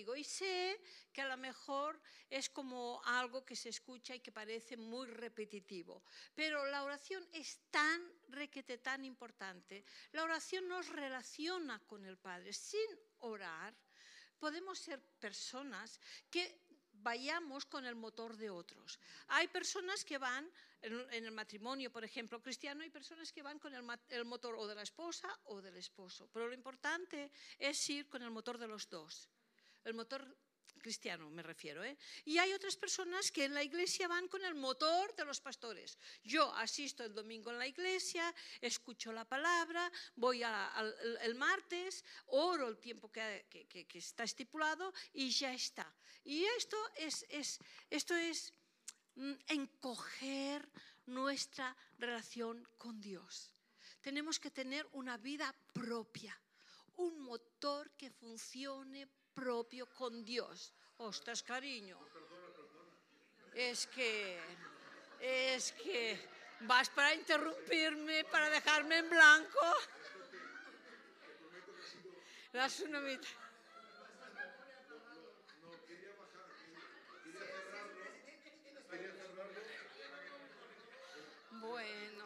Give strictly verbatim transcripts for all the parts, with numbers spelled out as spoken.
digo y sé que a lo mejor es como algo que se escucha y que parece muy repetitivo, pero la oración es tan requete, tan importante. La oración nos relaciona con el Padre. Sin orar podemos ser personas que vayamos con el motor de otros. Hay personas que van, en el matrimonio, por ejemplo, cristiano, hay personas que van con el, el motor o de la esposa o del esposo, pero lo importante es ir con el motor de los dos, el motor cristiano me refiero, ¿eh? Y hay otras personas que en la iglesia van con el motor de los pastores. Yo asisto el domingo en la iglesia, escucho la palabra, voy a, a, el martes, oro el tiempo que, que, que, que está estipulado y ya está. Y esto es, es, esto es mm, encoger nuestra relación con Dios. Tenemos que tener una vida propia, un motor que funcione propio con Dios. Ostras, cariño. Es que, es que vas para interrumpirme, para dejarme en blanco. La tsunamita. Bueno.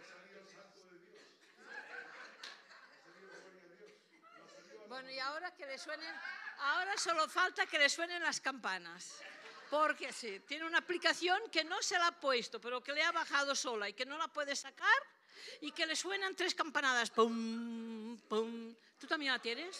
Bueno, y ahora que le suenen, ahora solo falta que le suenen las campanas. Porque sí, tiene una aplicación que no se la ha puesto, pero que le ha bajado sola y que no la puede sacar y que le suenan tres campanadas. Pum, pum. ¿Tú también la tienes?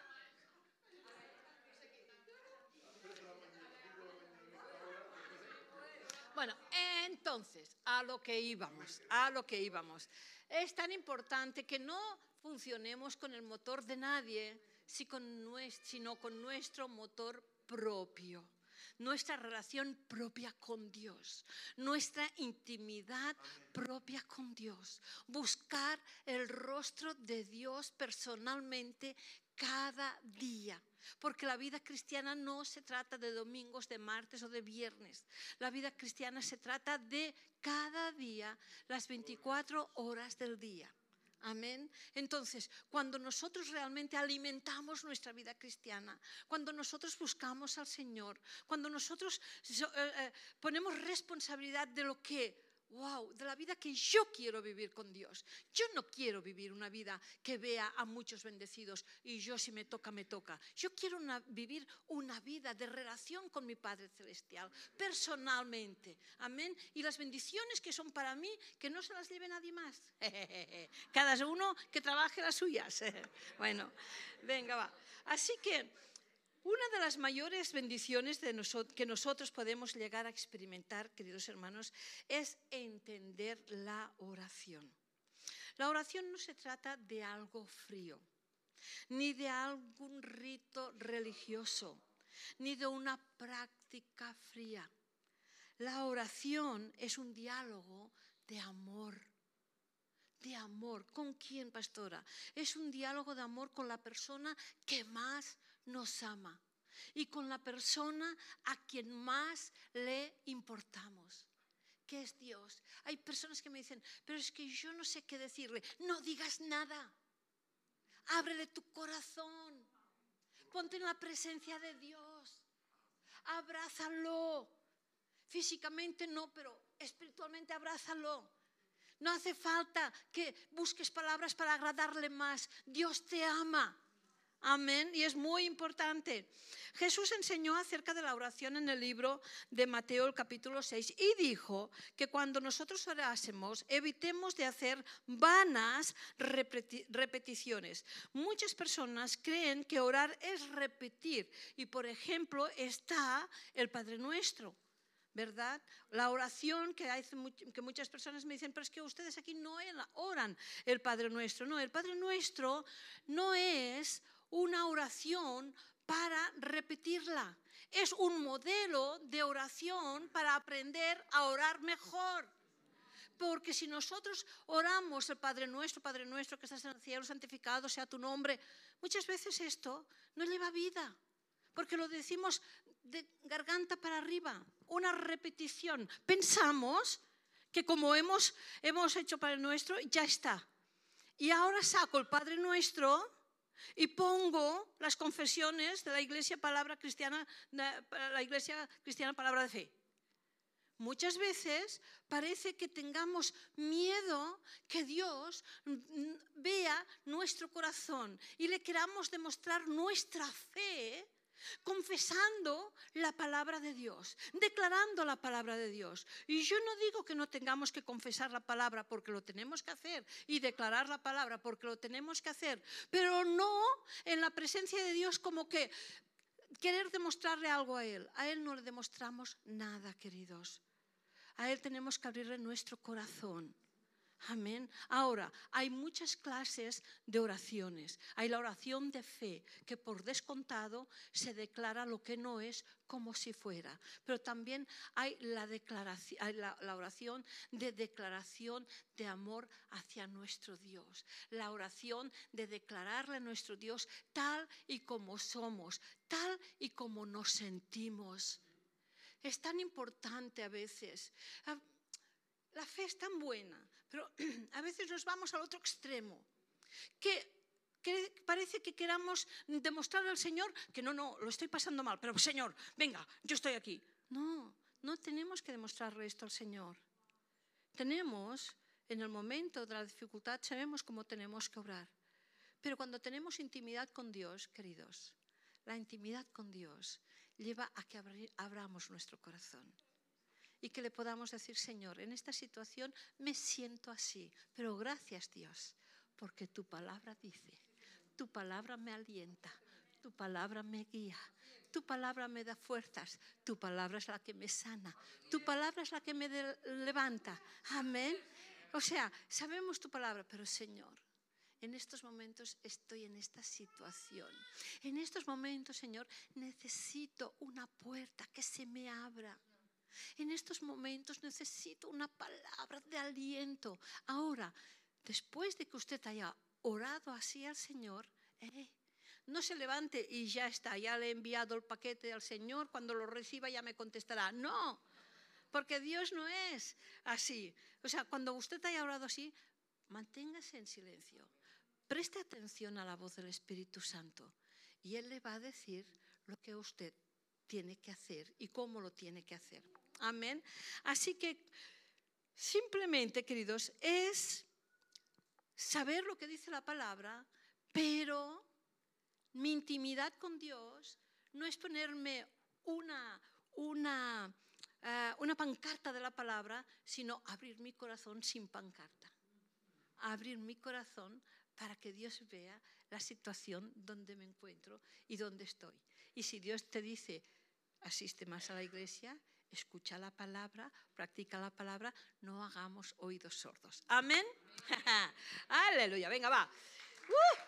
Bueno, entonces, a lo que íbamos, a lo que íbamos. Es tan importante que no funcionemos con el motor de nadie, sino con nuestro motor propio. Nuestra relación propia con Dios, nuestra intimidad propia con Dios. Buscar el rostro de Dios personalmente cada día. Porque la vida cristiana no se trata de domingos, de martes o de viernes. La vida cristiana se trata de cada día, las veinticuatro horas del día. Amén. Entonces, cuando nosotros realmente alimentamos nuestra vida cristiana, cuando nosotros buscamos al Señor, cuando nosotros eh, eh, ponemos responsabilidad de lo que... Wow, de la vida que yo quiero vivir con Dios. Yo no quiero vivir una vida que vea a muchos bendecidos y yo si me toca, me toca. Yo quiero una, vivir una vida de relación con mi Padre Celestial, personalmente. Amén. Y las bendiciones que son para mí, que no se las lleve nadie más. Cada uno que trabaje las suyas. Bueno, venga, va. Así que... una de las mayores bendiciones de nosotros, que nosotros podemos llegar a experimentar, queridos hermanos, es entender la oración. La oración no se trata de algo frío, ni de algún rito religioso, ni de una práctica fría. La oración es un diálogo de amor. De amor. ¿Con quién, pastora? Es un diálogo de amor con la persona que más nos ama y con la persona a quien más le importamos, que es Dios. Hay personas que me dicen, pero es que yo no sé qué decirle. No digas nada. Ábrele tu corazón. Ponte en la presencia de Dios. Abrázalo. Físicamente no, pero espiritualmente abrázalo. No hace falta que busques palabras para agradarle más. Dios te ama. Amén. Y es muy importante. Jesús enseñó acerca de la oración en el libro de Mateo, el capítulo seis, y dijo que cuando nosotros orásemos, evitemos de hacer vanas repeti- repeticiones. Muchas personas creen que orar es repetir. Y, por ejemplo, está el Padre Nuestro. ¿Verdad? La oración que, hay, que muchas personas me dicen, pero es que ustedes aquí no oran el Padre Nuestro. No, el Padre Nuestro no es una oración para repetirla. Es un modelo de oración para aprender a orar mejor. Porque si nosotros oramos el Padre Nuestro, Padre Nuestro que estás en el cielo, santificado sea tu nombre, muchas veces esto no lleva vida. Porque lo decimos de garganta para arriba, una repetición. Pensamos que como hemos, hemos hecho Padre Nuestro, ya está. Y ahora saco el Padre Nuestro y pongo las confesiones de la Iglesia Palabra Cristiana, de la Iglesia Cristiana Palabra de Fe. Muchas veces parece que tengamos miedo que Dios vea nuestro corazón y le queramos demostrar nuestra fe confesando la palabra de Dios, declarando la palabra de Dios. Y yo no digo que no tengamos que confesar la palabra porque lo tenemos que hacer y declarar la palabra porque lo tenemos que hacer, pero no en la presencia de Dios como que querer demostrarle algo a Él. A Él no le demostramos nada, queridos. A Él tenemos que abrirle nuestro corazón. Amén. Ahora, hay muchas clases de oraciones. Hay la oración de fe, que por descontado se declara lo que no es como si fuera. Pero también hay la, declaración, hay la, la oración de declaración de amor hacia nuestro Dios. La oración de declararle a nuestro Dios tal y como somos, tal y como nos sentimos. Es tan importante a veces. La fe es tan buena, pero a veces nos vamos al otro extremo, que, que parece que queramos demostrarle al Señor que no, no, lo estoy pasando mal, pero Señor, venga, yo estoy aquí. No, no tenemos que demostrarle esto al Señor. Tenemos, en el momento de la dificultad, sabemos cómo tenemos que orar. Pero cuando tenemos intimidad con Dios, queridos, la intimidad con Dios lleva a que abramos nuestro corazón. Y que le podamos decir, Señor, en esta situación me siento así, pero gracias Dios, porque tu palabra dice, tu palabra me alienta, tu palabra me guía, tu palabra me da fuerzas, tu palabra es la que me sana, tu palabra es la que me levanta. Amén. O sea, sabemos tu palabra, pero Señor, en estos momentos estoy en esta situación. En estos momentos, Señor, necesito una puerta que se me abra. En estos momentos necesito una palabra de aliento. Ahora, después de que usted haya orado así al Señor, eh, no se levante y ya está, ya le he enviado el paquete al Señor, cuando lo reciba ya me contestará. No, porque Dios no es así. O sea, cuando usted haya orado así, manténgase en silencio. Preste atención a la voz del Espíritu Santo y Él le va a decir lo que usted tiene que hacer y cómo lo tiene que hacer. Amén. Así que simplemente, queridos, es saber lo que dice la palabra, pero mi intimidad con Dios no es ponerme una, una, uh, una pancarta de la palabra, sino abrir mi corazón sin pancarta. Abrir mi corazón para que Dios vea la situación donde me encuentro y donde estoy. Y si Dios te dice, asiste más a la iglesia, escucha la palabra, practica la palabra, no hagamos oídos sordos. Amén. Aleluya, venga, va. Uh.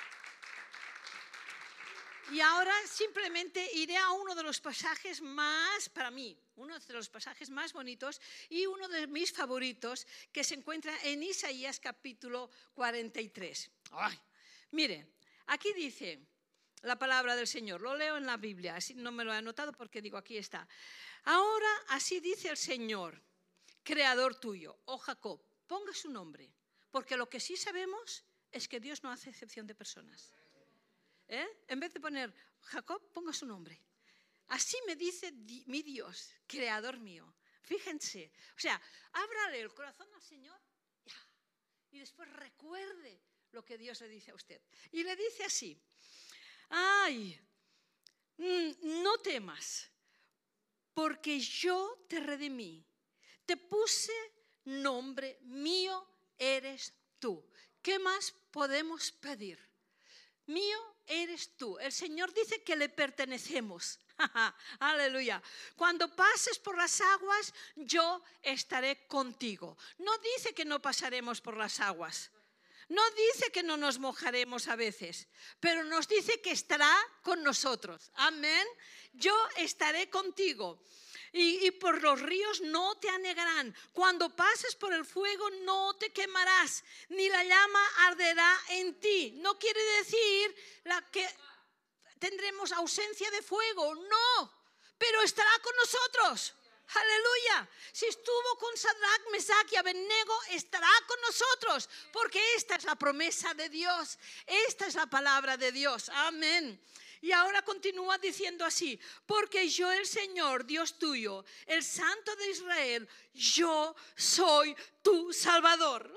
Y ahora simplemente iré a uno de los pasajes más, para mí, uno de los pasajes más bonitos y uno de mis favoritos, que se encuentra en Isaías capítulo cuarenta y tres. Ay, miren, aquí dice la palabra del Señor, lo leo en la Biblia, así no me lo he anotado porque digo, aquí está. Ahora así dice el Señor, creador tuyo, oh Jacob, ponga su nombre, porque lo que sí sabemos es que Dios no hace excepción de personas. ¿Eh? En vez de poner Jacob, ponga su nombre. Así me dice di, mi Dios, creador mío. Fíjense, o sea, ábrale el corazón al Señor ya, y después recuerde lo que Dios le dice a usted. Y le dice así, ay, no temas, porque yo te redimí, te puse nombre, mío eres tú. ¿Qué más podemos pedir? Mío eres tú. El Señor dice que le pertenecemos. Aleluya. Cuando pases por las aguas, yo estaré contigo. No dice que no pasaremos por las aguas. No dice que no nos mojaremos a veces, pero nos dice que estará con nosotros. Amén. Yo estaré contigo. Y, y por los ríos no te anegarán. Cuando pases por el fuego no te quemarás, ni la llama arderá en ti. No quiere decir la que tendremos ausencia de fuego, no, pero estará con nosotros. Aleluya. Si estuvo con Sadrach, Mesach y Abednego, estará con nosotros, porque esta es la promesa de Dios. Esta es la palabra de Dios. Amén. Y ahora continúa diciendo así: porque yo, el Señor, Dios tuyo, el Santo de Israel, yo soy tu Salvador.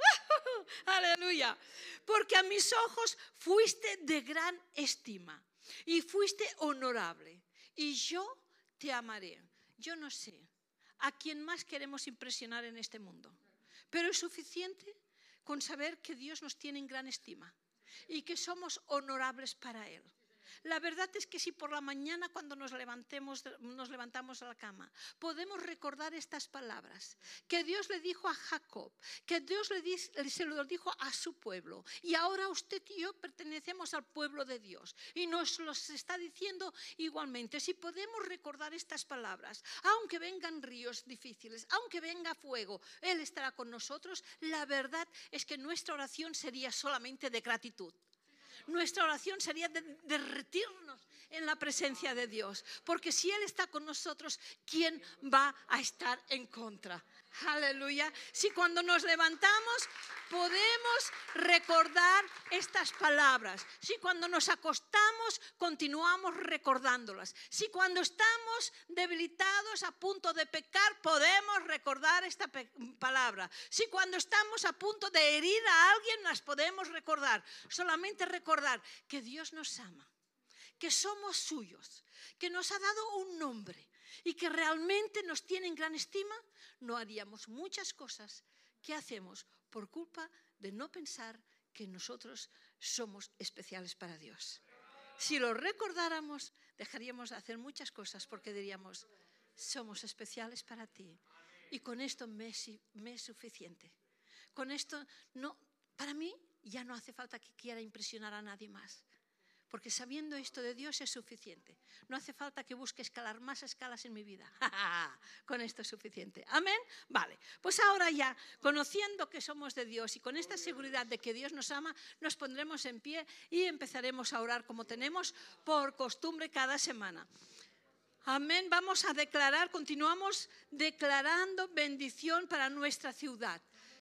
Aleluya. Porque a mis ojos fuiste de gran estima y fuiste honorable, y yo te amaré. Yo no sé a quién más queremos impresionar en este mundo, pero es suficiente con saber que Dios nos tiene en gran estima y que somos honorables para Él. La verdad es que si por la mañana cuando nos levantemos, nos levantamos a la cama, podemos recordar estas palabras que Dios le dijo a Jacob, que Dios le dice, se lo dijo a su pueblo, y ahora usted y yo pertenecemos al pueblo de Dios y nos los está diciendo igualmente. Si podemos recordar estas palabras, aunque vengan ríos difíciles, aunque venga fuego, Él estará con nosotros. La verdad es que nuestra oración sería solamente de gratitud. Nuestra oración sería de derretirnos en la presencia de Dios, porque si Él está con nosotros, ¿quién va a estar en contra? Aleluya. Si cuando nos levantamos podemos recordar estas palabras, si cuando nos acostamos continuamos recordándolas, si cuando estamos debilitados a punto de pecar podemos recordar esta palabra, si cuando estamos a punto de herir a alguien las podemos recordar, solamente recordar que Dios nos ama, que somos suyos, que nos ha dado un nombre y que realmente nos tiene en gran estima, no haríamos muchas cosas que hacemos por culpa de no pensar que nosotros somos especiales para Dios. Si lo recordáramos, dejaríamos de hacer muchas cosas porque diríamos, somos especiales para ti y con esto me es, me es suficiente. Con esto, no, para mí ya no hace falta que quiera impresionar a nadie más. Porque sabiendo esto de Dios es suficiente. No hace falta que busque escalar más escalas en mi vida. Con esto es suficiente. ¿Amén? Vale. Pues ahora ya, conociendo que somos de Dios y con esta seguridad de que Dios nos ama, nos pondremos en pie y empezaremos a orar como tenemos por costumbre cada semana. Amén. Vamos a declarar, continuamos declarando bendición para nuestra ciudad.